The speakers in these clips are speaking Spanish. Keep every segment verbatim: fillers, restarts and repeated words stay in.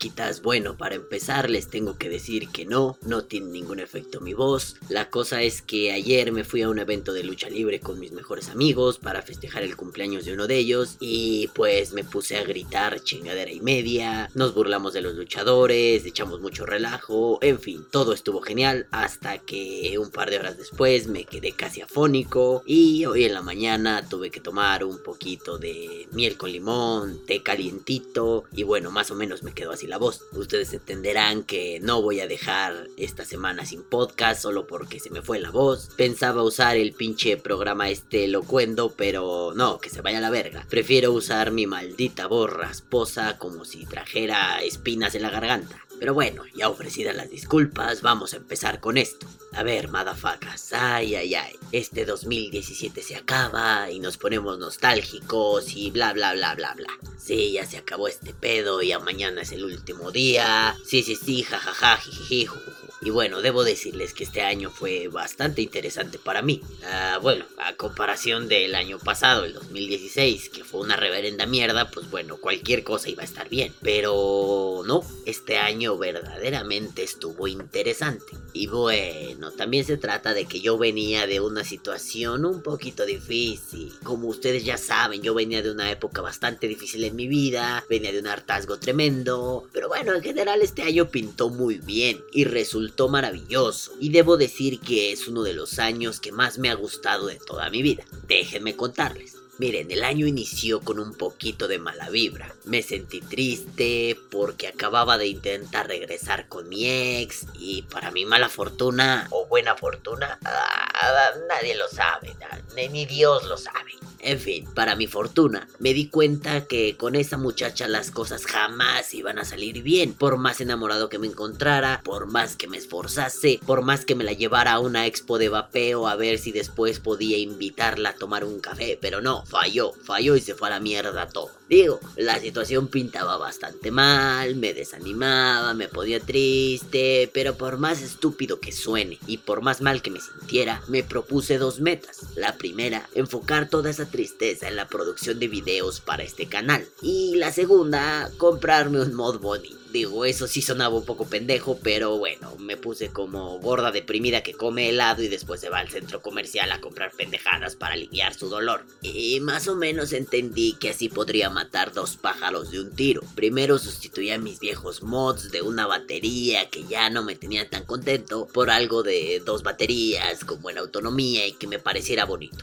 parejitas, bueno, para empezar les tengo que decir que no, no tiene ningún efecto mi voz. La cosa es que ayer me fui a un evento de lucha libre con mis mejores amigos para festejar el cumpleaños de uno de ellos y pues me puse a gritar chingadera y media, nos burlamos de los luchadores, echamos mucho relajo, en fin, todo estuvo genial hasta que un par de horas después me quedé casi afónico y hoy en la mañana tuve que tomar un poquito de miel con limón, té calientito y bueno, más o menos me quedó así la voz. Ustedes entenderán que no voy a dejar esta semana sin podcast solo porque se me fue la voz. Pensaba usar el pinche programa este Locuendo, pero no, que se vaya a la verga. Prefiero usar mi maldita voz rasposa como si trajera espinas en la garganta. Pero bueno, ya ofrecidas las disculpas, vamos a empezar con esto. A ver, madafacas, ay, ay, ay. Este dos mil diecisiete se acaba y nos ponemos nostálgicos y bla, bla, bla, bla, bla. Sí, ya se acabó este pedo y ya mañana es el último día. Sí, sí, sí, jajaja, jijiji, jujuju. Y bueno, debo decirles que este año fue bastante interesante para mí. Uh, bueno, a comparación del año pasado, el dos mil dieciséis, que fue una reverenda mierda, pues bueno, cualquier cosa iba a estar bien. Pero no, este año verdaderamente estuvo interesante. Y bueno, también se trata de que yo venía de una situación un poquito difícil. Como ustedes ya saben, yo venía de una época bastante difícil en mi vida, venía de un hartazgo tremendo. Pero bueno, en general este año pintó muy bien y resultó maravilloso, y debo decir que es uno de los años que más me ha gustado de toda mi vida. Déjenme contarles. Miren, el año inició con un poquito de mala vibra. Me sentí triste porque acababa de intentar regresar con mi ex y para mi mala fortuna o buena fortuna, ah, nadie lo sabe, ni Dios lo sabe. En fin, para mi fortuna, me di cuenta que con esa muchacha las cosas jamás iban a salir bien. Por más enamorado que me encontrara, por más que me esforzase, por más que me la llevara a una expo de vapeo a ver si después podía invitarla a tomar un café, pero no, falló, falló y se fue a la mierda todo. Digo, la situación pintaba bastante mal, me desanimaba, me ponía triste, pero por más estúpido que suene y por más mal que me sintiera, me propuse dos metas. La primera, enfocar toda esa tristeza en la producción de videos para este canal. Y la segunda, comprarme un mod bonito. Digo, eso sí sonaba un poco pendejo, pero bueno, me puse como gorda deprimida que come helado y después se va al centro comercial a comprar pendejadas para aliviar su dolor. Y más o menos entendí que así podría matar dos pájaros de un tiro. Primero sustituía mis viejos mods de una batería que ya no me tenía tan contento por algo de dos baterías con buena autonomía y que me pareciera bonito.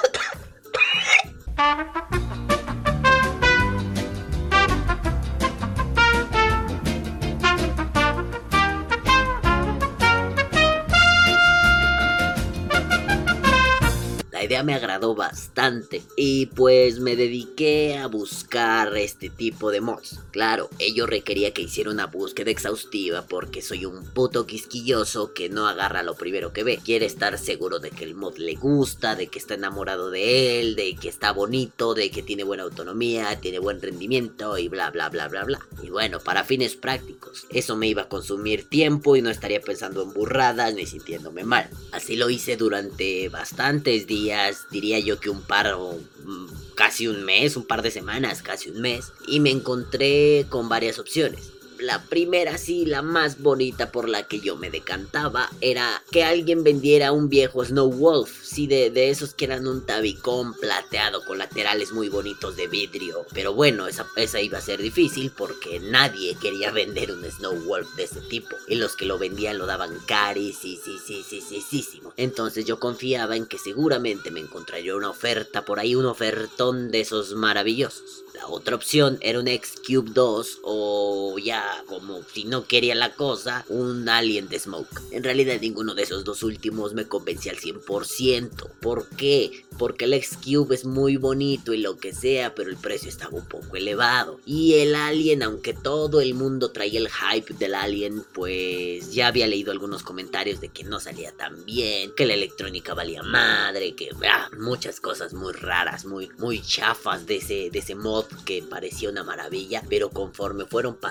La idea me agradó bastante y pues me dediqué a buscar este tipo de mods. Claro, ello requería que hiciera una búsqueda exhaustiva porque soy un puto quisquilloso que no agarra lo primero que ve. Quiere estar seguro de que el mod le gusta, de que está enamorado de él, de que está bonito, de que tiene buena autonomía, tiene buen rendimiento y bla bla bla bla bla. Y bueno, para fines prácticos, eso me iba a consumir tiempo y no estaría pensando en burradas ni sintiéndome mal. Así lo hice durante bastantes días. Diría yo que un par o casi un mes, un par de semanas, casi un mes. Y me encontré con varias opciones. La primera, sí, la más bonita por la que yo me decantaba, era que alguien vendiera un viejo Snow Wolf, sí, de, de esos que eran un tabicón plateado con laterales muy bonitos de vidrio. Pero bueno, esa, esa iba a ser difícil porque nadie quería vender un Snow Wolf de ese tipo. Y los que lo vendían lo daban cari, sí, sí, sí, sí, sí, sí, sí. Entonces yo confiaba en que seguramente me encontraría una oferta por ahí, un ofertón de esos maravillosos. La otra opción era un X-Cube dos o ya, como si no quería la cosa, un Alien de Smoke. En realidad ninguno de esos dos últimos me convencía al cien por ciento. ¿Por qué? Porque el X-Cube es muy bonito y lo que sea, pero el precio estaba un poco elevado. Y el Alien, aunque todo el mundo traía el hype del Alien, pues ya había leído algunos comentarios de que no salía tan bien, que la electrónica valía madre, que ah, muchas cosas muy raras, muy, muy chafas de ese, de ese mod que parecía una maravilla. Pero conforme fueron pasando las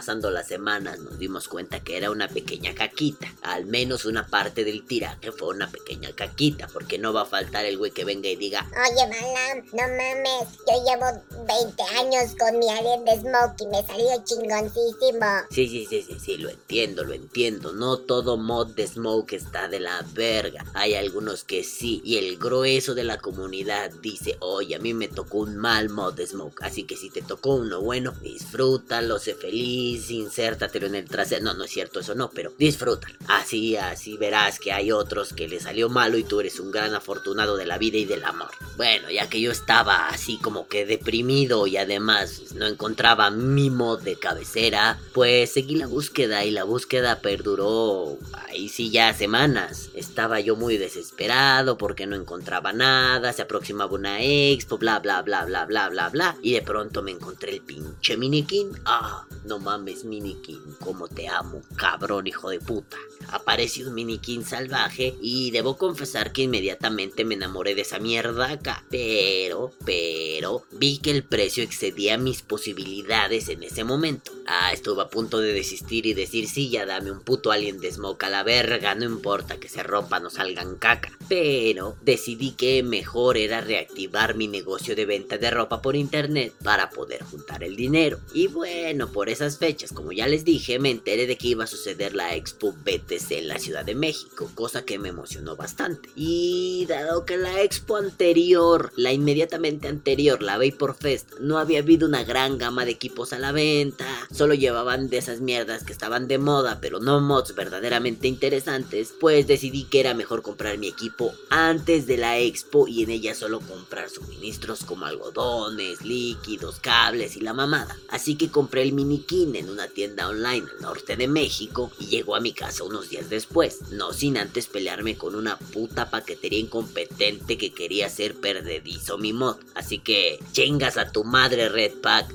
semanas nos dimos cuenta que era una pequeña caquita. Al menos una parte del tiraje fue una pequeña caquita, porque no va a faltar el güey que venga y diga: oye, Balam, no mames, yo llevo veinte años con mi alien de Smoke y me salió chingoncísimo. Sí, sí, sí, sí, sí, lo entiendo, lo entiendo. No todo mod de Smoke está de la verga. Hay algunos que sí, y el grueso de la comunidad dice: oye, a mí me tocó un mal mod de Smoke, así que si te tocó uno bueno, disfrútalo, sé feliz, insértatelo en el trasero. No, no es cierto, eso no, pero disfrútalo. Así, así verás que hay otros que les salió malo y tú eres un gran afortunado de la vida y del amor. Bueno, ya que yo estaba así como que deprimido y además no encontraba mi mod de cabecera, pues seguí la búsqueda y la búsqueda perduró ahí sí ya semanas. Estaba yo muy desesperado porque no encontraba nada, se aproximaba una expo, bla bla bla bla bla bla bla, y de pronto me encontré el pinche Minikin. Ah, no mames, Minikin, cómo te amo, cabrón hijo de puta. Apareció un Minikin salvaje y debo confesar que inmediatamente me enamoré de esa mierda acá. Pero, pero, vi que el precio excedía mis posibilidades en ese momento. Ah, estuve a punto de desistir y decir: sí, ya dame un puto alien de Smoke a la verga, no importa que se rompan o salgan caca. Pero decidí que mejor era reactivar mi negocio de venta de ropa por internet para poder juntar el dinero. Y bueno, por esas fechas, como ya les dije, me enteré de que iba a suceder la Expo B T C en la Ciudad de México, cosa que me emocionó bastante. Y dado que la Expo anterior, la inmediatamente anterior, la Vapor Fest, no había habido una gran gama de equipos a la venta, solo llevaban de esas mierdas que estaban de moda, pero no mods verdaderamente interesantes, pues decidí que era mejor comprar mi equipo antes de la Expo y en ella solo comprar suministros como algodones, líquidos, cables y la mamada. Así que compré el Minikin en una tienda online al norte de México y llegó a mi casa unos días después, no sin antes pelearme con una puta paquetería incompetente que quería hacer perdedizo mi mod. Así que chingas a tu madre, Redpack.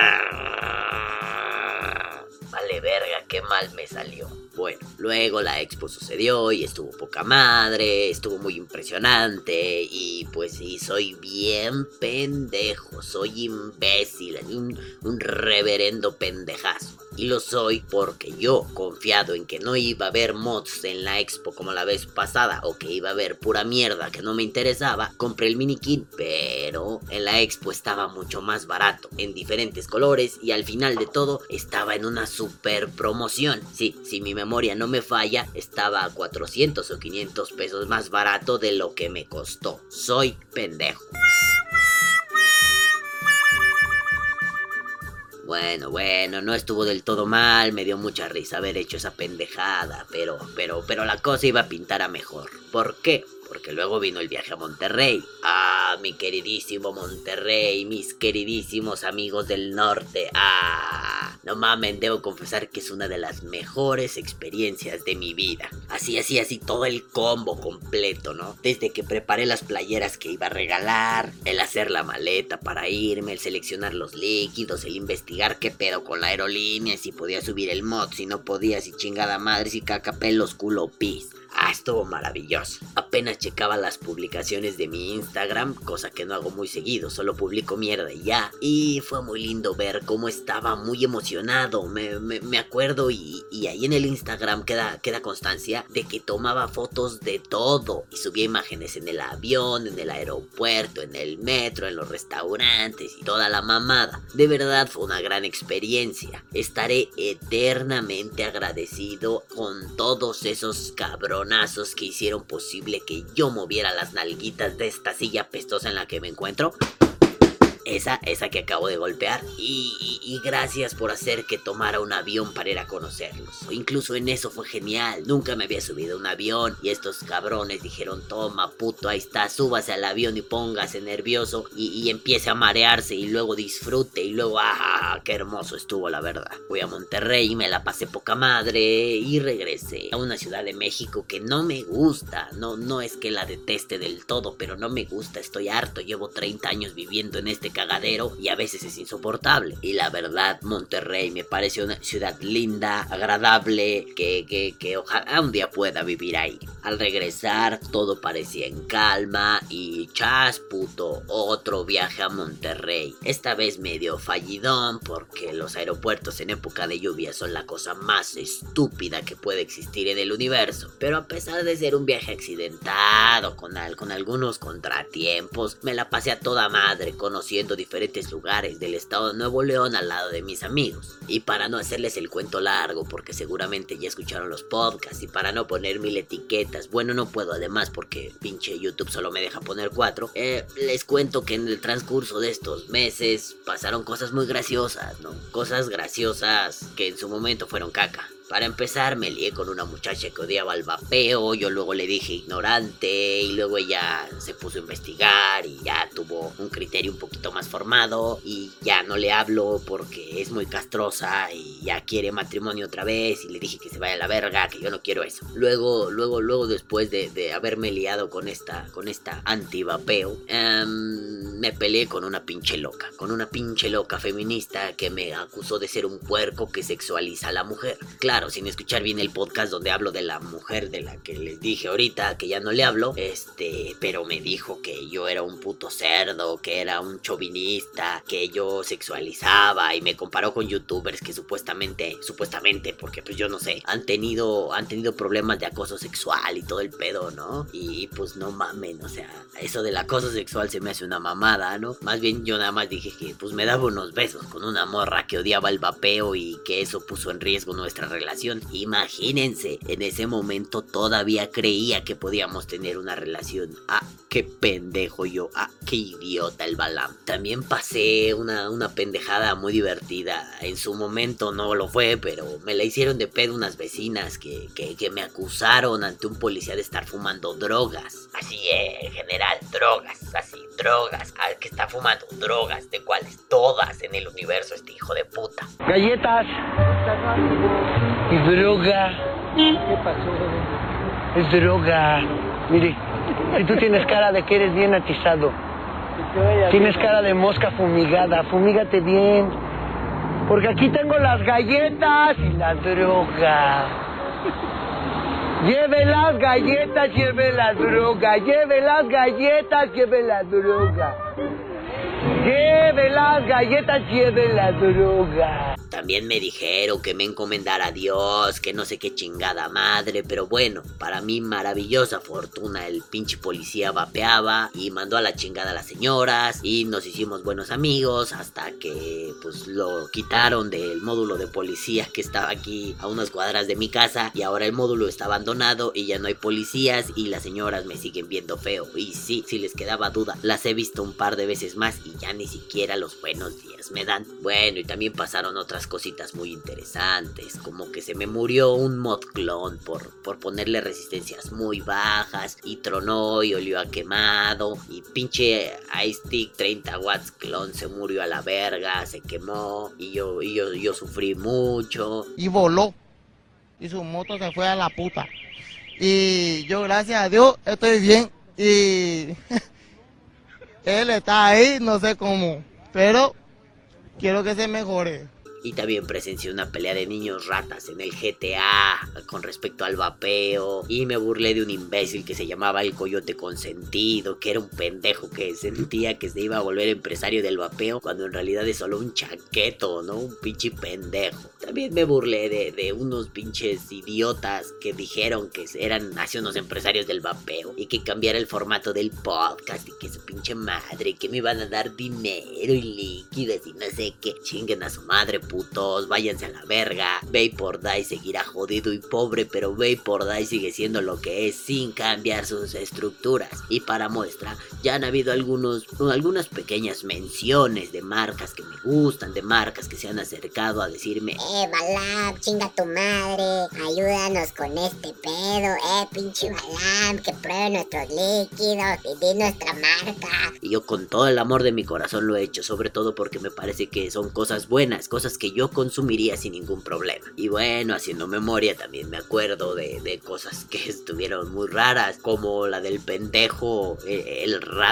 Vale verga, qué mal me salió. Bueno, luego la expo sucedió y estuvo poca madre, estuvo muy impresionante y pues sí, soy bien pendejo, soy imbécil, un, un reverendo pendejazo. Y lo soy porque yo, confiado en que no iba a haber mods en la expo como la vez pasada, o que iba a haber pura mierda que no me interesaba, compré el Minikin, pero en la expo estaba mucho más barato, en diferentes colores, y al final de todo estaba en una super promoción. Sí, si mi memoria no me falla, estaba a cuatrocientos o quinientos pesos más barato de lo que me costó. Soy pendejo. Bueno, bueno, no estuvo del todo mal, me dio mucha risa haber hecho esa pendejada, pero, pero, pero la cosa iba a pintar a mejor. ¿Por qué? Porque luego vino el viaje a Monterrey. Ah, mi queridísimo Monterrey, mis queridísimos amigos del norte. Ah, no mamen, debo confesar que es una de las mejores experiencias de mi vida. Así, así, así, todo el combo completo, ¿no? Desde que preparé las playeras que iba a regalar, el hacer la maleta para irme, el seleccionar los líquidos, el investigar qué pedo con la aerolínea, si podía subir el mod, si no podía, si chingada madre, si caca, pelos, culo, pis. Ah, estuvo maravilloso. Apenas checaba las publicaciones de mi Instagram, cosa que no hago muy seguido, solo publico mierda y ya. Y fue muy lindo ver cómo estaba muy emocionado. Me, me, me acuerdo y, y ahí en el Instagram queda, queda constancia de que tomaba fotos de todo. Y subía imágenes en el avión, en el aeropuerto, en el metro, en los restaurantes y toda la mamada. De verdad fue una gran experiencia. Estaré eternamente agradecido con todos esos cabrones que hicieron posible que yo moviera las nalguitas de esta silla pestosa en la que me encuentro. Esa, esa que acabo de golpear. Y, y, y gracias por hacer que tomara un avión para ir a conocerlos. Incluso en eso fue genial. Nunca me había subido a un avión. Y estos cabrones dijeron: toma puto, ahí está, súbase al avión y póngase nervioso. Y, y empiece a marearse y luego disfrute. Y luego, ah, qué hermoso estuvo la verdad. Fui a Monterrey, me la pasé poca madre. Y regresé a una Ciudad de México que no me gusta. No, no es que la deteste del todo, pero no me gusta, estoy harto. Llevo treinta años viviendo en este cagadero y a veces es insoportable. Y la verdad, Monterrey me parece una ciudad linda, agradable, que, que, que ojalá un día pueda vivir ahí. Al regresar todo parecía en calma y chas puto, otro viaje a Monterrey. Esta vez medio fallidón porque los aeropuertos en época de lluvia son la cosa más estúpida que puede existir en el universo. Pero a pesar de ser un viaje accidentado con, al, con algunos contratiempos, me la pasé a toda madre conociendo diferentes lugares del estado de Nuevo León al lado de mis amigos. Y para no hacerles el cuento largo, porque seguramente ya escucharon los podcasts, y para no poner mil etiquetas, bueno, no puedo además porque pinche YouTube solo me deja poner cuatro, eh, les cuento que en el transcurso de estos meses pasaron cosas muy graciosas, ¿no? Cosas graciosas que en su momento fueron caca. Para empezar, me lié con una muchacha que odiaba el vapeo, yo luego le dije ignorante, y luego ella se puso a investigar y ya tuvo un criterio un poquito más formado, y ya no le hablo porque es muy castrosa y ya quiere matrimonio otra vez, y le dije que se vaya a la verga, que yo no quiero eso. Luego, luego, luego después de, de haberme liado con esta, con esta anti-vapeo, um, me peleé con una pinche loca, con una pinche loca feminista que me acusó de ser un puerco que sexualiza a la mujer. Claro, sin escuchar bien el podcast donde hablo de la mujer de la que les dije ahorita que ya no le hablo, este, pero me dijo que yo era un puto cerdo, que era un chauvinista, que yo sexualizaba, y me comparó con youtubers que supuestamente, supuestamente, porque pues yo no sé, han tenido, han tenido problemas de acoso sexual y todo el pedo, ¿no? Y pues no mamen, o sea, eso del acoso sexual se me hace una mamada, ¿no? Más bien yo nada más dije que pues me daba unos besos con una morra que odiaba el vapeo y que eso puso en riesgo nuestra relación. Imagínense, en ese momento todavía creía que podíamos tener una relación. Ah, qué pendejo yo, ah, qué idiota el Balam. También pasé una, una pendejada muy divertida. En su momento no lo fue, pero me la hicieron de pedo unas vecinas que, que, que me acusaron ante un policía de estar fumando drogas. Así, eh, en general, drogas, así, drogas. Al que está fumando drogas, ¿de cuáles? Todas en el universo, este hijo de puta. Galletas. Y droga. ¿Qué pasó? Es droga. Mire, si tú tienes cara de que eres bien atizado. Tienes cara de mosca fumigada. Fumígate bien. Porque aquí tengo las galletas y la droga. Lleve las galletas, lleve la droga. Lleve las galletas, lleve la droga. Lleve las galletas, lleve la droga. También me dijeron que me encomendara a Dios, que no sé qué chingada madre, pero bueno, para mi maravillosa fortuna el pinche policía vapeaba y mandó a la chingada a las señoras y nos hicimos buenos amigos hasta que pues lo quitaron del módulo de policía que estaba aquí a unas cuadras de mi casa, y ahora el módulo está abandonado y ya no hay policías y las señoras me siguen viendo feo. Y sí, si les quedaba duda, las he visto un par de veces más y ya ni siquiera los buenos días me dan. Bueno, y también pasaron otras cositas muy interesantes, como que se me murió un mod clon por, por ponerle resistencias muy bajas y tronó y olió a quemado, y pinche iStick treinta watts clon se murió a la verga, se quemó y yo, y yo, yo sufrí mucho. Y voló. Y su moto se fue a la puta. Y yo, gracias a Dios, estoy bien. Y él está ahí, no sé cómo, pero quiero que se mejore. Y también presencié una pelea de niños ratas en el G T A con respecto al vapeo. Y me burlé de un imbécil que se llamaba el Coyote Consentido, que era un pendejo que sentía que se iba a volver empresario del vapeo, cuando en realidad es solo un chaqueto, ¿no? Un pinche pendejo. También me burlé de, de unos pinches idiotas que dijeron que eran así unos empresarios del vapeo y que cambiara el formato del podcast y que su pinche madre, que me iban a dar dinero y líquidos y no sé qué. Chinguen a su madre, putos, váyanse a la verga. Vapor Die seguirá jodido y pobre, pero Vapor Die sigue siendo lo que es sin cambiar sus estructuras. Y para muestra, ya han habido algunos, algunas pequeñas menciones de marcas que me gustan, de marcas que se han acercado a decirme: Eh, Balam, chinga tu madre, ayúdanos con este pedo, eh, pinche Balam, que pruebe nuestros líquidos y di nuestra marca. Y yo con todo el amor de mi corazón lo he hecho, sobre todo porque me parece que son cosas buenas, cosas que yo consumiría sin ningún problema. Y bueno, haciendo memoria también me acuerdo de, de cosas que estuvieron muy raras, como la del pendejo, el, el rata,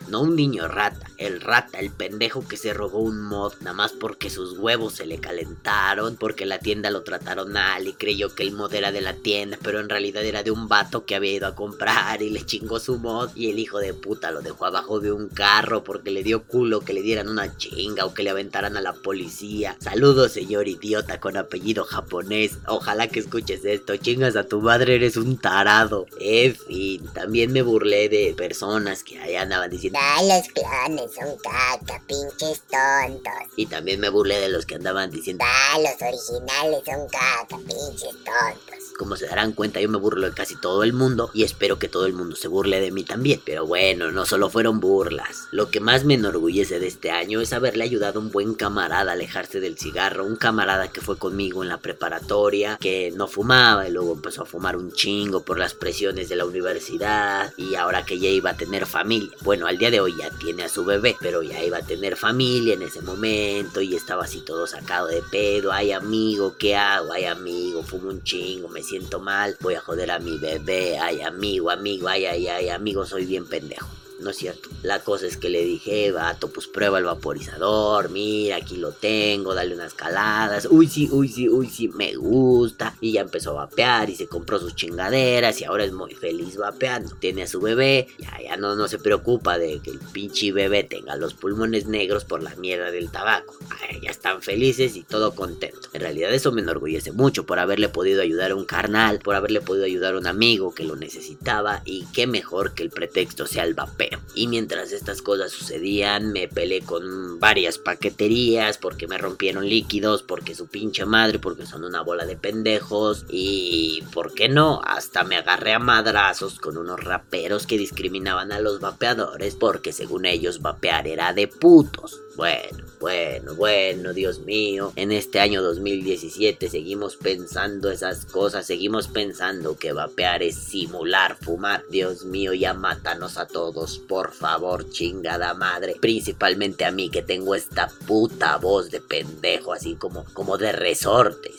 No un niño rata, el rata, el pendejo que se robó un mod nada más porque sus huevos se le calentaron, porque la tienda lo trataron mal y creyó que el mod era de la tienda, pero en realidad era de un vato que había ido a comprar y le chingó su mod, y el hijo de puta lo dejó abajo de un carro porque le dio culo que le dieran una chinga o que le aventaran a la policía. Saludos, señor idiota con apellido japonés, ojalá que escuches esto, chingas a tu madre, eres un tarado. En fin, también me burlé de personas que allá andaban diciendo Ah, los clones son caca, pinches tontos. y también me burlé de los que andaban diciendo Ah, los originales son caca, pinches tontos. Como se darán cuenta, yo me burlo de casi todo el mundo y espero que todo el mundo se burle de mí también. Pero bueno, no solo fueron burlas. Lo que más me enorgullece de este año es haberle ayudado a un buen camarada a alejarse del cigarro. Un camarada que fue conmigo en la preparatoria, que no fumaba y luego empezó a fumar un chingo por las presiones de la universidad. Y ahora que ya iba a tener familia. Bueno, al día de hoy ya tiene a su bebé, pero ya iba a tener familia en ese momento y estaba así todo sacado de pedo. Ay, amigo, ¿qué hago? Ay, amigo, fumo un chingo, me siento mal, voy a joder a mi bebé, ay amigo, amigo, ay, ay, ay, amigo, soy bien pendejo. No es cierto. La cosa es que le dije, vato, pues prueba el vaporizador, mira, aquí lo tengo, dale unas caladas, uy sí, uy sí, uy sí, me gusta. Y ya empezó a vapear y se compró sus chingaderas y ahora es muy feliz vapeando. Tiene a su bebé, ya, ya no, no se preocupa de que el pinche bebé tenga los pulmones negros por la mierda del tabaco. Ay, ya están felices y todo contento. En realidad eso me enorgullece mucho por haberle podido ayudar a un carnal, por haberle podido ayudar a un amigo que lo necesitaba, y qué mejor que el pretexto sea el vapeo. Y mientras estas cosas sucedían, me peleé con varias paqueterías porque me rompieron líquidos, porque su pinche madre, porque son una bola de pendejos, y ¿por qué no? Hasta me agarré a madrazos con unos raperos que discriminaban a los vapeadores porque según ellos vapear era de putos. Bueno, bueno, bueno, Dios mío, en este año dos mil diecisiete seguimos pensando esas cosas, seguimos pensando que vapear es simular fumar. Dios mío, ya mátanos a todos, por favor, chingada madre. Principalmente a mí que tengo esta puta voz de pendejo, así como, como de resortes.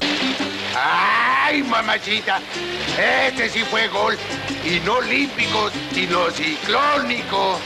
¡Ay, mamachita! Este sí fue gol. Y no olímpico, sino ciclónico.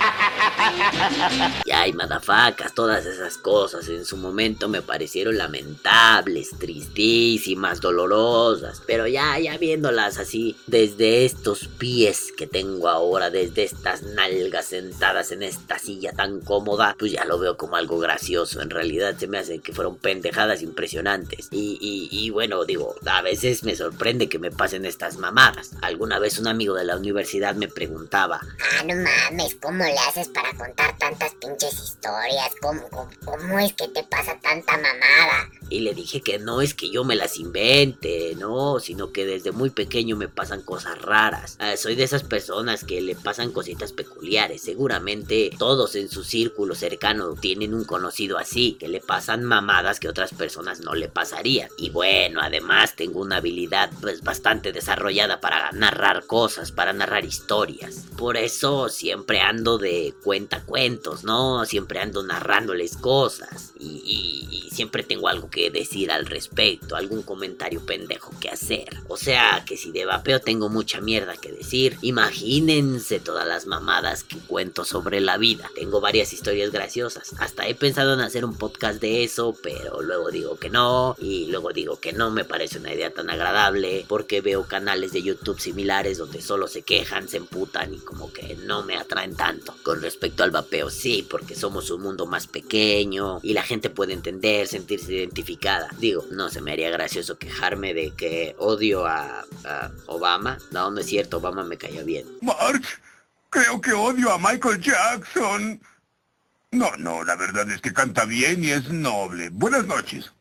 Y ay, madafacas, todas esas cosas en su momento me parecieron lamentables, tristísimas, dolorosas. Pero ya, ya viéndolas así, desde estos pies que tengo ahora, desde estas nalgas sentadas en esta silla tan cómoda, pues ya lo veo como algo gracioso. En realidad se me hace que fueron pendejadas impresionantes. Y, y, y bueno, digo, a veces me sorprende que me pasen estas mamadas. Alguna vez un amigo de la universidad me preguntaba: Ah, no mames, ¿cómo le haces para contar tantas pinches historias? ¿Cómo, cómo, cómo es que te pasa tanta mamada? Y le dije que no es que yo me las invente, no, sino que desde muy pequeño me pasan cosas raras. Eh, soy de esas personas que le pasan cositas peculiares. Seguramente todos en su círculo cercano tienen un conocido así, que le pasan mamadas que otras personas no le pasarían. Y bueno, además tengo una habilidad pues bastante desarrollada para narrar cosas, para narrar historias. Por eso siempre ando de cuentacuentos, ¿no? Siempre ando narrándoles cosas. Y, y, y siempre tengo algo que decir al respecto, algún comentario pendejo que hacer. O sea que si de vapeo tengo mucha mierda que decir, imagínense todas las mamadas que cuento sobre la vida. Tengo varias historias graciosas. Hasta he pensado en hacer un podcast de eso, pero luego digo que no. Y luego digo que no me parece una idea tan agradable, porque veo canales de YouTube similares donde solo se quejan, se emputan y como que no me atraen tanto. Con respecto al vapeo, sí, porque somos un mundo más pequeño y la gente puede entender, sentirse identificada. Digo, no se me haría gracioso quejarme de que odio a, a Obama. No, no es cierto, Obama me caía bien. Mark, creo que odio a Michael Jackson. No, no, la verdad es que canta bien y es noble. Buenas noches.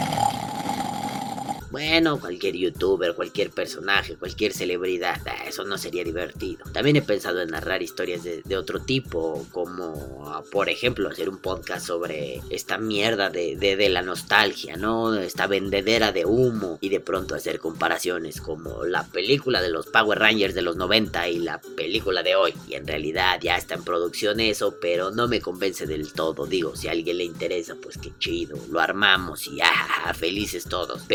Bueno, cualquier youtuber, cualquier personaje, cualquier celebridad, eso no sería divertido. También he pensado en narrar historias de, de otro tipo, como por ejemplo hacer un podcast sobre esta mierda de, de, de la nostalgia, ¿no? Esta vendedera de humo, y de pronto hacer comparaciones como la película de los Power Rangers de los noventa y la película de hoy. Y en realidad ya está en producción eso, pero no me convence del todo. Digo, si a alguien le interesa, pues qué chido, lo armamos y ah, felices todos. Pero en realidad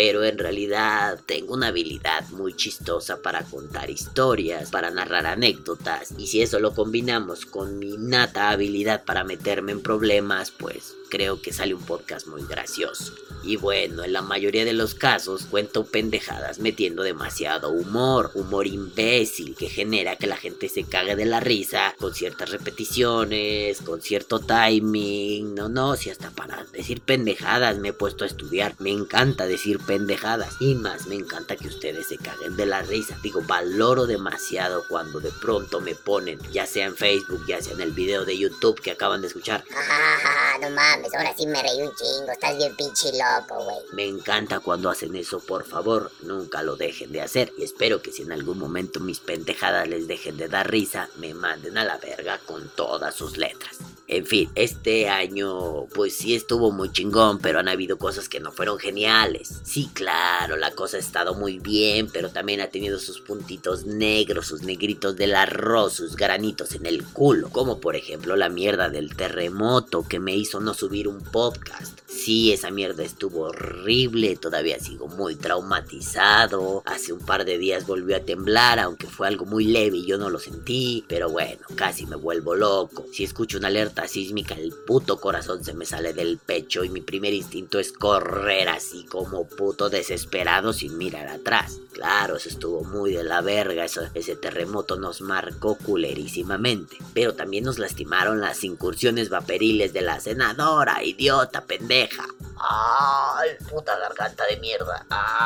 realidad tengo una habilidad muy chistosa para contar historias, para narrar anécdotas, y si eso lo combinamos con mi innata habilidad para meterme en problemas, pues creo que sale un podcast muy gracioso. Y bueno, en la mayoría de los casos cuento pendejadas metiendo demasiado humor, humor imbécil que genera que la gente se cague de la risa con ciertas repeticiones, con cierto timing. No, no, si hasta para decir pendejadas me he puesto a estudiar. Me encanta decir pendejadas y más me encanta que ustedes se caguen de la risa. Digo, valoro demasiado cuando de pronto me ponen, ya sea en Facebook, ya sea en el video de YouTube que acaban de escuchar. Ah, no mames, ahora sí me reí un chingo, estás bien pinche loco, güey. Me encanta cuando hacen eso, por favor, nunca lo dejen de hacer. Y espero que si en algún momento mis pendejadas les dejen de dar risa, me manden a la verga con todas sus letras. En fin, este año pues sí estuvo muy chingón, pero han habido cosas que no fueron geniales. Sí, claro, la cosa ha estado muy bien, pero también ha tenido sus puntitos negros, sus negritos del arroz, sus granitos en el culo. Como por ejemplo la mierda del terremoto que me hizo no subir un podcast. Sí, esa mierda estuvo horrible, todavía sigo muy traumatizado. Hace un par de días volvió a temblar, aunque fue algo muy leve y yo no lo sentí. Pero bueno, casi me vuelvo loco. Si escucho una alerta sísmica, el puto corazón se me sale del pecho y mi primer instinto es correr así como puto desesperado sin mirar atrás. Claro, eso estuvo muy de la verga, eso, ese terremoto nos marcó culerísimamente. Pero también nos lastimaron las incursiones vaporiles de la senadora, idiota, pendeja. ¡Ay, puta garganta de mierda!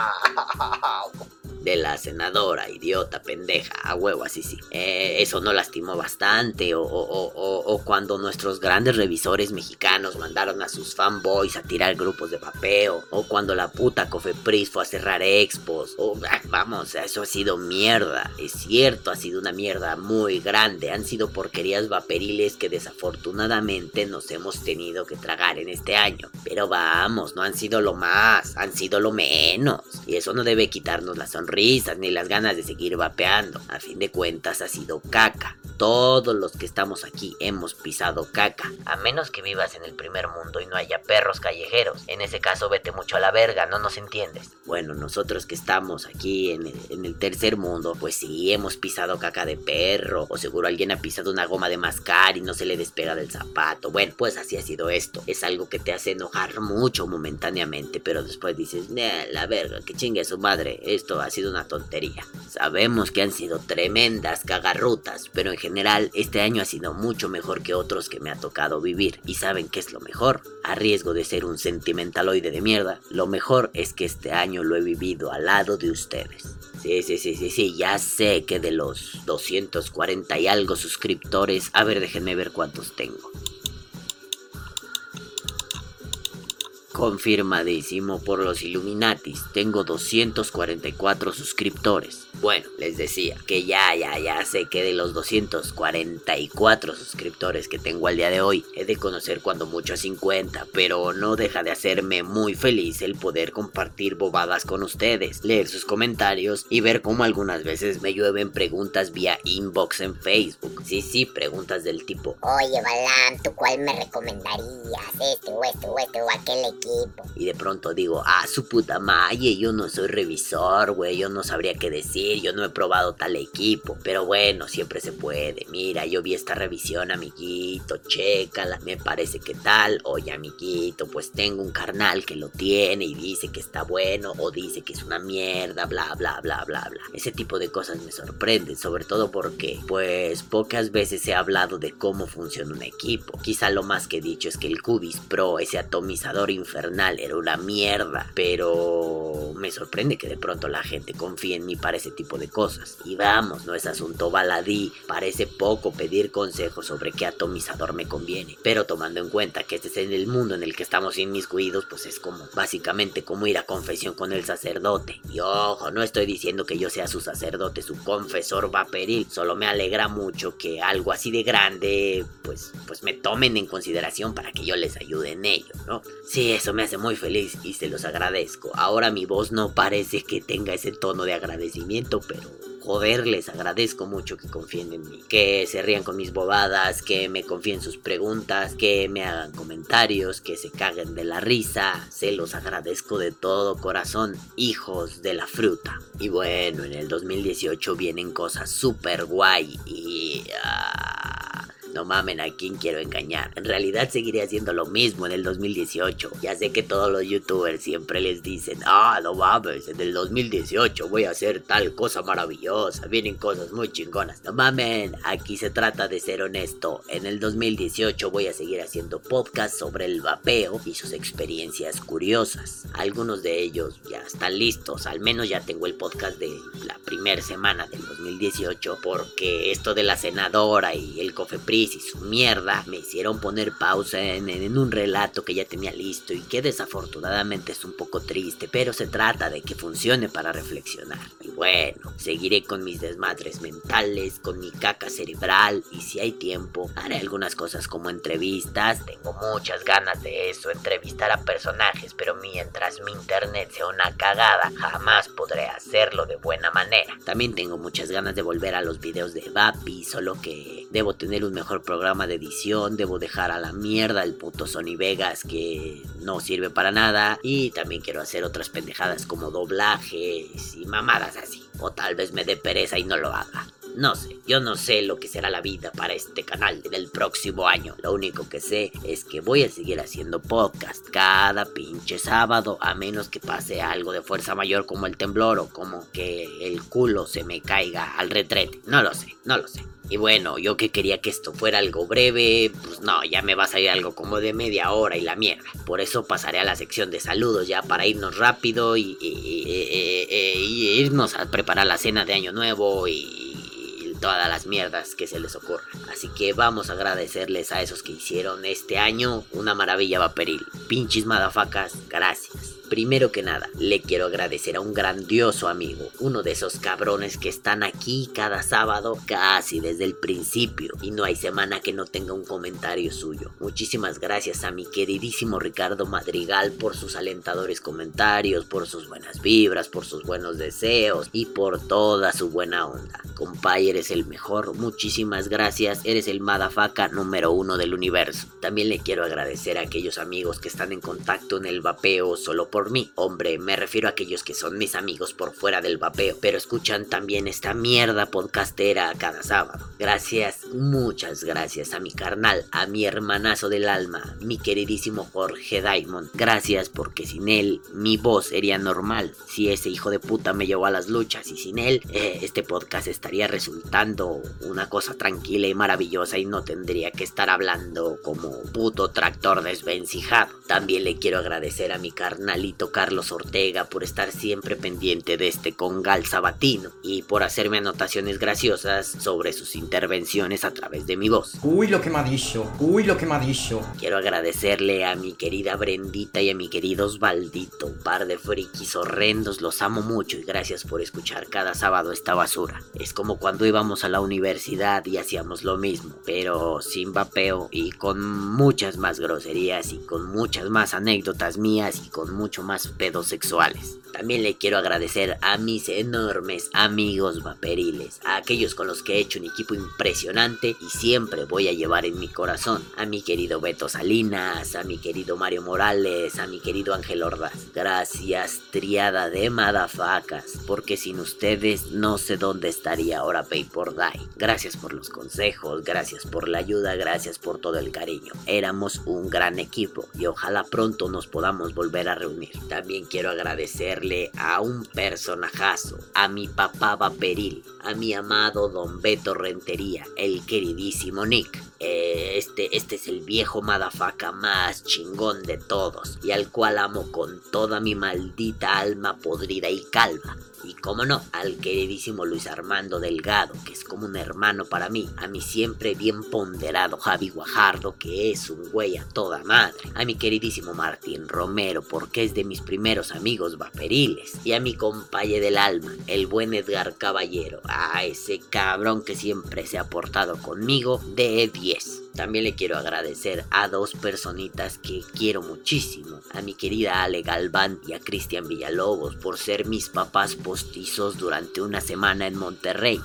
¡Ah! De la senadora, idiota, pendeja, a huevo, así sí. Eh, eso no lastimó bastante. O, o, o, o cuando nuestros grandes revisores mexicanos mandaron a sus fanboys a tirar grupos de vapeo. O cuando la puta Cofepris fue a cerrar expos. O, ah, vamos, eso ha sido mierda. Es cierto, ha sido una mierda muy grande. Han sido porquerías vaporiles que desafortunadamente nos hemos tenido que tragar en este año. Pero vamos, no han sido lo más, han sido lo menos. Y eso no debe quitarnos la sonrisa ni las ganas de seguir vapeando. A fin de cuentas ha sido caca. Todos los que estamos aquí hemos pisado caca. A menos que vivas en el primer mundo y no haya perros callejeros. En ese caso vete mucho a la verga, no nos entiendes. Bueno, nosotros que estamos aquí en el, en el tercer mundo, pues sí, hemos pisado caca de perro. O seguro alguien ha pisado una goma de mascar y no se le despega del zapato. Bueno, pues así ha sido esto. Es algo que te hace enojar mucho momentáneamente, pero después dices, nah, la verga, que chingue a su madre, esto ha sido una tontería. Sabemos que han sido tremendas cagarrutas, pero en general este año ha sido mucho mejor que otros que me ha tocado vivir. ¿Y saben qué es lo mejor? A riesgo de ser un sentimentaloide de mierda, lo mejor es que este año lo he vivido al lado de ustedes. Sí, sí, sí, sí, sí, ya sé que de los doscientos cuarenta y algo suscriptores, a ver, déjenme ver cuántos tengo. Confirmadísimo por los Illuminatis, tengo doscientos cuarenta y cuatro suscriptores. Bueno, les decía que ya, ya, ya sé que de los doscientos cuarenta y cuatro suscriptores que tengo al día de hoy, he de conocer cuando mucho a cincuenta, pero no deja de hacerme muy feliz el poder compartir bobadas con ustedes, leer sus comentarios y ver cómo algunas veces me llueven preguntas vía inbox en Facebook. Sí, sí, preguntas del tipo, oye, Balam, ¿tú cuál me recomendarías? Este o este o este o aquel equipo. Y de pronto digo, ah, su puta madre, yo no soy revisor, güey, yo no sabría qué decir, yo no he probado tal equipo. Pero bueno, siempre se puede. Mira, yo vi esta revisión, amiguito, chécala, me parece que tal. Oye, amiguito, pues tengo un carnal que lo tiene y dice que está bueno, o dice que es una mierda, bla, bla, bla, bla, bla. Ese tipo de cosas me sorprenden, sobre todo porque, pues, pocas veces he hablado de cómo funciona un equipo. Quizá lo más que he dicho es que el Cubis Pro, ese atomizador infernal, era una mierda, pero me sorprende que de pronto la gente confíe en mí para ese tipo de cosas. Y vamos, no es asunto baladí, parece poco pedir consejos sobre qué atomizador me conviene, pero tomando en cuenta que este es en el mundo en el que estamos inmiscuidos, pues es como, básicamente como ir a confesión con el sacerdote. Y ojo, no estoy diciendo que yo sea su sacerdote, su confesor vaporil, solo me alegra mucho que algo así de grande, pues, pues me tomen en consideración para que yo les ayude en ello, ¿no? Sí, eso me hace muy feliz y se los agradezco. Ahora mi voz no parece que tenga ese tono de agradecimiento, pero joder, les agradezco mucho que confíen en mí, que se rían con mis bobadas, que me confíen sus preguntas, que me hagan comentarios, que se caguen de la risa. Se los agradezco de todo corazón, hijos de la fruta. Y bueno, en el dos mil dieciocho vienen cosas súper guay y... Uh... no mamen, ¿a quién quiero engañar? En realidad seguiré haciendo lo mismo en el dos mil dieciocho. Ya sé que todos los youtubers siempre les dicen, ah, no mames, en el dos mil dieciocho voy a hacer tal cosa maravillosa, vienen cosas muy chingonas. No mamen, aquí se trata de ser honesto. En el dos mil dieciocho voy a seguir haciendo podcasts sobre el vapeo y sus experiencias curiosas. Algunos de ellos ya están listos, al menos ya tengo el podcast de la primera semana del dos mil dieciocho, porque esto de la senadora y el Cofepris y su mierda me hicieron poner pausa en, en un relato que ya tenía listo y que desafortunadamente es un poco triste, pero se trata de que funcione para reflexionar. Y bueno, seguiré con mis desmadres mentales, con mi caca cerebral, y si hay tiempo haré algunas cosas como entrevistas. Tengo muchas ganas de eso, entrevistar a personajes, pero mientras mi internet sea una cagada jamás podré hacerlo de buena manera. También tengo muchas ganas de volver a los videos de Vapi, solo que debo tener un mejor programa de edición, debo dejar a la mierda el puto Sony Vegas que no sirve para nada, y también quiero hacer otras pendejadas como doblajes y mamadas así, o tal vez me dé pereza y no lo haga. No sé, yo no sé lo que será la vida para este canal en el próximo año. Lo único que sé es que voy a seguir haciendo podcast cada pinche sábado, a menos que pase algo de fuerza mayor como el temblor o como que el culo se me caiga al retrete. No lo sé, no lo sé. Y bueno, yo que quería que esto fuera algo breve, pues no, ya me va a salir algo como de media hora y la mierda. Por eso pasaré a la sección de saludos ya para irnos rápido y, y, y, y, y irnos a preparar la cena de Año Nuevo y todas las mierdas que se les ocurra. Así que vamos a agradecerles a esos que hicieron este año una maravilla vaporil. Pinches madafacas, gracias. Primero que nada, le quiero agradecer a un grandioso amigo, uno de esos cabrones que están aquí cada sábado casi desde el principio y no hay semana que no tenga un comentario suyo. Muchísimas gracias a mi queridísimo Ricardo Madrigal por sus alentadores comentarios, por sus buenas vibras, por sus buenos deseos y por toda su buena onda. Compay, eres el mejor, muchísimas gracias, eres el madafaca número uno del universo. También le quiero agradecer a aquellos amigos que están en contacto en el vapeo solo por mí. Hombre, me refiero a aquellos que son mis amigos por fuera del vapeo, pero escuchan también esta mierda podcastera cada sábado. Gracias, muchas gracias a mi carnal, a mi hermanazo del alma, mi queridísimo Jorge Diamond. Gracias porque sin él mi voz sería normal. Si ese hijo de puta me llevó a las luchas y sin él, eh, este podcast estaría resultando una cosa tranquila y maravillosa y no tendría que estar hablando como puto tractor desvencijado. También le quiero agradecer a mi carnalito Carlos Ortega por estar siempre pendiente de este congal sabatino y por hacerme anotaciones graciosas sobre sus intervenciones a través de mi voz. Uy, lo que me ha dicho, uy, lo que me ha dicho. Quiero agradecerle a mi querida Brendita y a mi querido Osvaldito, un par de frikis horrendos, los amo mucho y gracias por escuchar cada sábado esta basura. Es como cuando íbamos a la universidad y hacíamos lo mismo, pero sin vapeo y con muchas más groserías y con muchas más anécdotas mías y con mucho más pedos sexuales. También le quiero agradecer a mis enormes amigos vaporiles, a aquellos con los que he hecho un equipo impresionante y siempre voy a llevar en mi corazón. A mi querido Beto Salinas, a mi querido Mario Morales, a mi querido Ángel Ordaz. Gracias, triada de madafacas, porque sin ustedes no sé dónde estaría ahora Vapor Die. Gracias por los consejos, gracias por la ayuda, gracias por todo el cariño. Éramos un gran equipo y ojalá pronto nos podamos volver a reunir. También quiero agradecerle a un personajazo, a mi papá vaporil, a mi amado Don Beto Rentería, el queridísimo Nick. Eh, este, este es el viejo madafaca más chingón de todos y al cual amo con toda mi maldita alma podrida y calva. Y como no, al queridísimo Luis Armando Delgado, que es como un hermano para mí. A mi siempre bien ponderado Javi Guajardo, que es un güey a toda madre. A mi queridísimo Martín Romero, porque es de mis primeros amigos vaporiles. Y a mi compaye del alma, el buen Edgar Caballero. A ese cabrón que siempre se ha portado conmigo de diez. También le quiero agradecer a dos personitas que quiero muchísimo. A mi querida Ale Galván y a Cristian Villalobos por ser mis papás postizos durante una semana en Monterrey.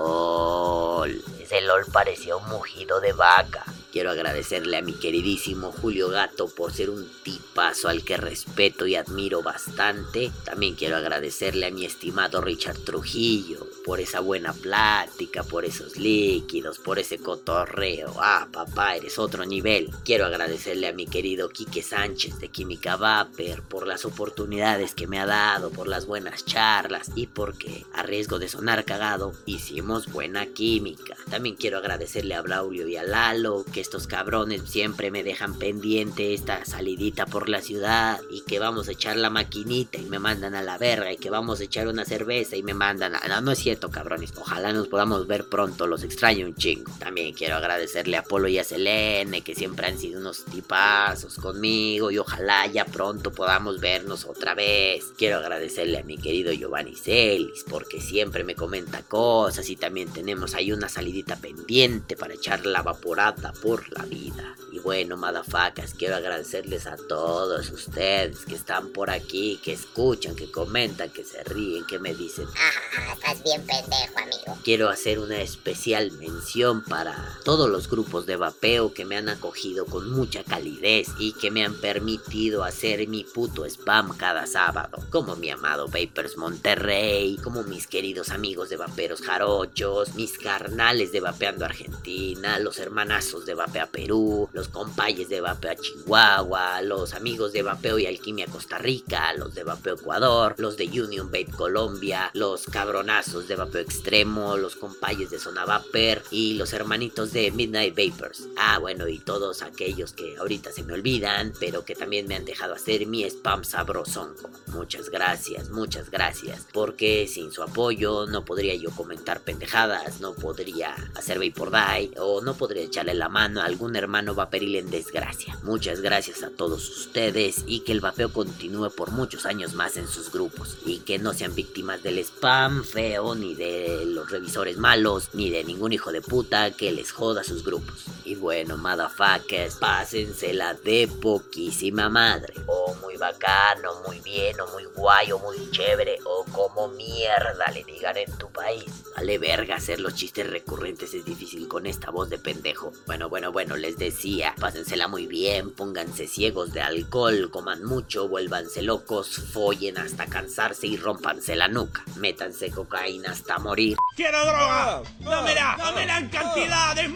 LOL. Ese LOL parecía un mugido de vaca. Quiero agradecerle a mi queridísimo Julio Gato por ser un tipazo al que respeto y admiro bastante. También quiero agradecerle a mi estimado Richard Trujillo por esa buena plática, por esos líquidos, por ese cotorreo. Ah, papá, eres otro nivel. Quiero agradecerle a mi querido Quique Sánchez de Química Vapor por las oportunidades que me ha dado, por las buenas charlas y porque, a riesgo de sonar cagado, hicimos buena química. También quiero agradecerle a Braulio y a Lalo, que estos cabrones siempre me dejan pendiente esta salidita por la ciudad y que vamos a echar la maquinita y me mandan a la verga y que vamos a echar una cerveza y me mandan a... No, no es cierto, cabrones. Ojalá nos podamos ver pronto, los extraño un chingo. También quiero agradecerle a Polo y a Selene, que siempre han sido unos tipazos conmigo y ojalá ya pronto podamos vernos otra vez. Quiero agradecerle a mi querido Giovanni Celis porque siempre me comenta cosas y también tenemos ahí una salidita pendiente para echar la vaporata por la vida. Y bueno, madafacas, quiero agradecerles a todos ustedes que están por aquí, que escuchan, que comentan, que se ríen, que me dicen: ah, estás bien pendejo, amigo. Quiero hacer una especial mención para todos los grupos de vapeo que me han acogido con mucha calidez y que me han permitido hacer mi puto spam cada sábado, como mi amado Vapers Monterrey, como mis queridos amigos de Vaperos Jarochos, mis carnales de Vapeando Argentina, los hermanazos de Vapea Perú, los compayes de Vapea Chihuahua, los amigos de Vapeo y Alquimia Costa Rica, los de Vapeo Ecuador, los de Union Vape Colombia, los cabronazos de Vapeo Extremo, los compayes de Zona Vaper y los hermanitos de Midnight Vapers. Ah, bueno, y todos aquellos que ahorita se me olvidan, pero que también me han dejado hacer mi spam sabrosongo. Muchas gracias, muchas gracias, porque sin su apoyo no podría yo comentar pendejadas, no podría hacer Vapor Die o no podría echarle la mano a algún hermano vaporil en desgracia. Muchas gracias a todos ustedes y que el vapeo continúe por muchos años más en sus grupos y que no sean víctimas del spam feo, ni de los revisores malos, ni de ningún hijo de puta que les joda sus grupos. Y bueno, motherfuckers, pásensela de poquísima madre, o muy bacano, muy bien, o muy guay, o muy chévere, o como mierda le digan en tu país. Vale verga, hacer los chistes recurrentes es difícil con esta voz de pendejo. Bueno, bueno, bueno, les decía, pásensela muy bien, pónganse ciegos de alcohol, coman mucho, vuélvanse locos, follen hasta cansarse y rómpanse la nuca. Métanse cocaína hasta morir. ¡Quiero droga! ¡Dámela! ¡Dámela en cantidades,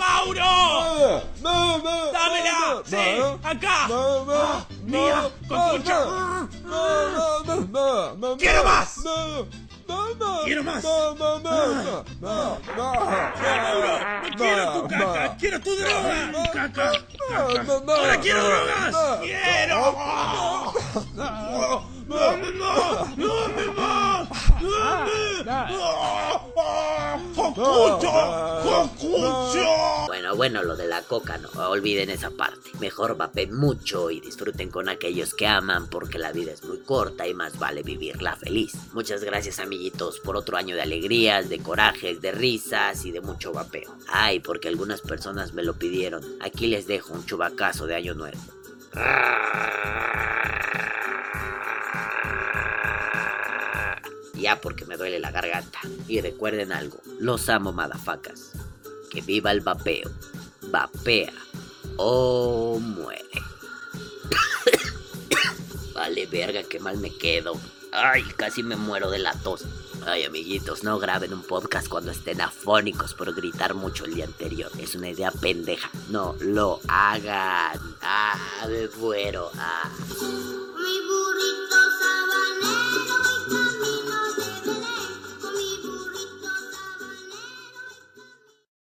Mauro! ¡Dámela! ¡Sí! ¡Acá! ¡Mía! ¡Conchucha! ¡Quiero más! ¡Quiero más! ¡Ah! ¡Mauro! ¡No quiero tu caca! ¡Quiero tu droga! ¡Caca! ¡Caca! ¡Ahora quiero drogas! ¡Quiero! ¡Dame más! ¡Dame más! ¡Dame! ¡Cocucho! ¡Cocucho! Bueno, bueno, lo de la coca no, olviden esa parte. Mejor vapen mucho y disfruten con aquellos que aman porque la vida es muy corta y más vale vivirla feliz. Muchas gracias, amiguitos, por otro año de alegrías, de corajes, de risas y de mucho vapeo. Ay, porque algunas personas me lo pidieron. Aquí les dejo un chubacazo de año nuevo. Ya, porque me duele la garganta. Y recuerden algo, los amo, madafacas. Que viva el vapeo. Vapea o muere. Vale verga, qué mal me quedo. Ay, casi me muero de la tos. Ay, amiguitos, no graben un podcast cuando estén afónicos por gritar mucho el día anterior. Es una idea pendeja. No lo hagan. Ah, me muero. Ah.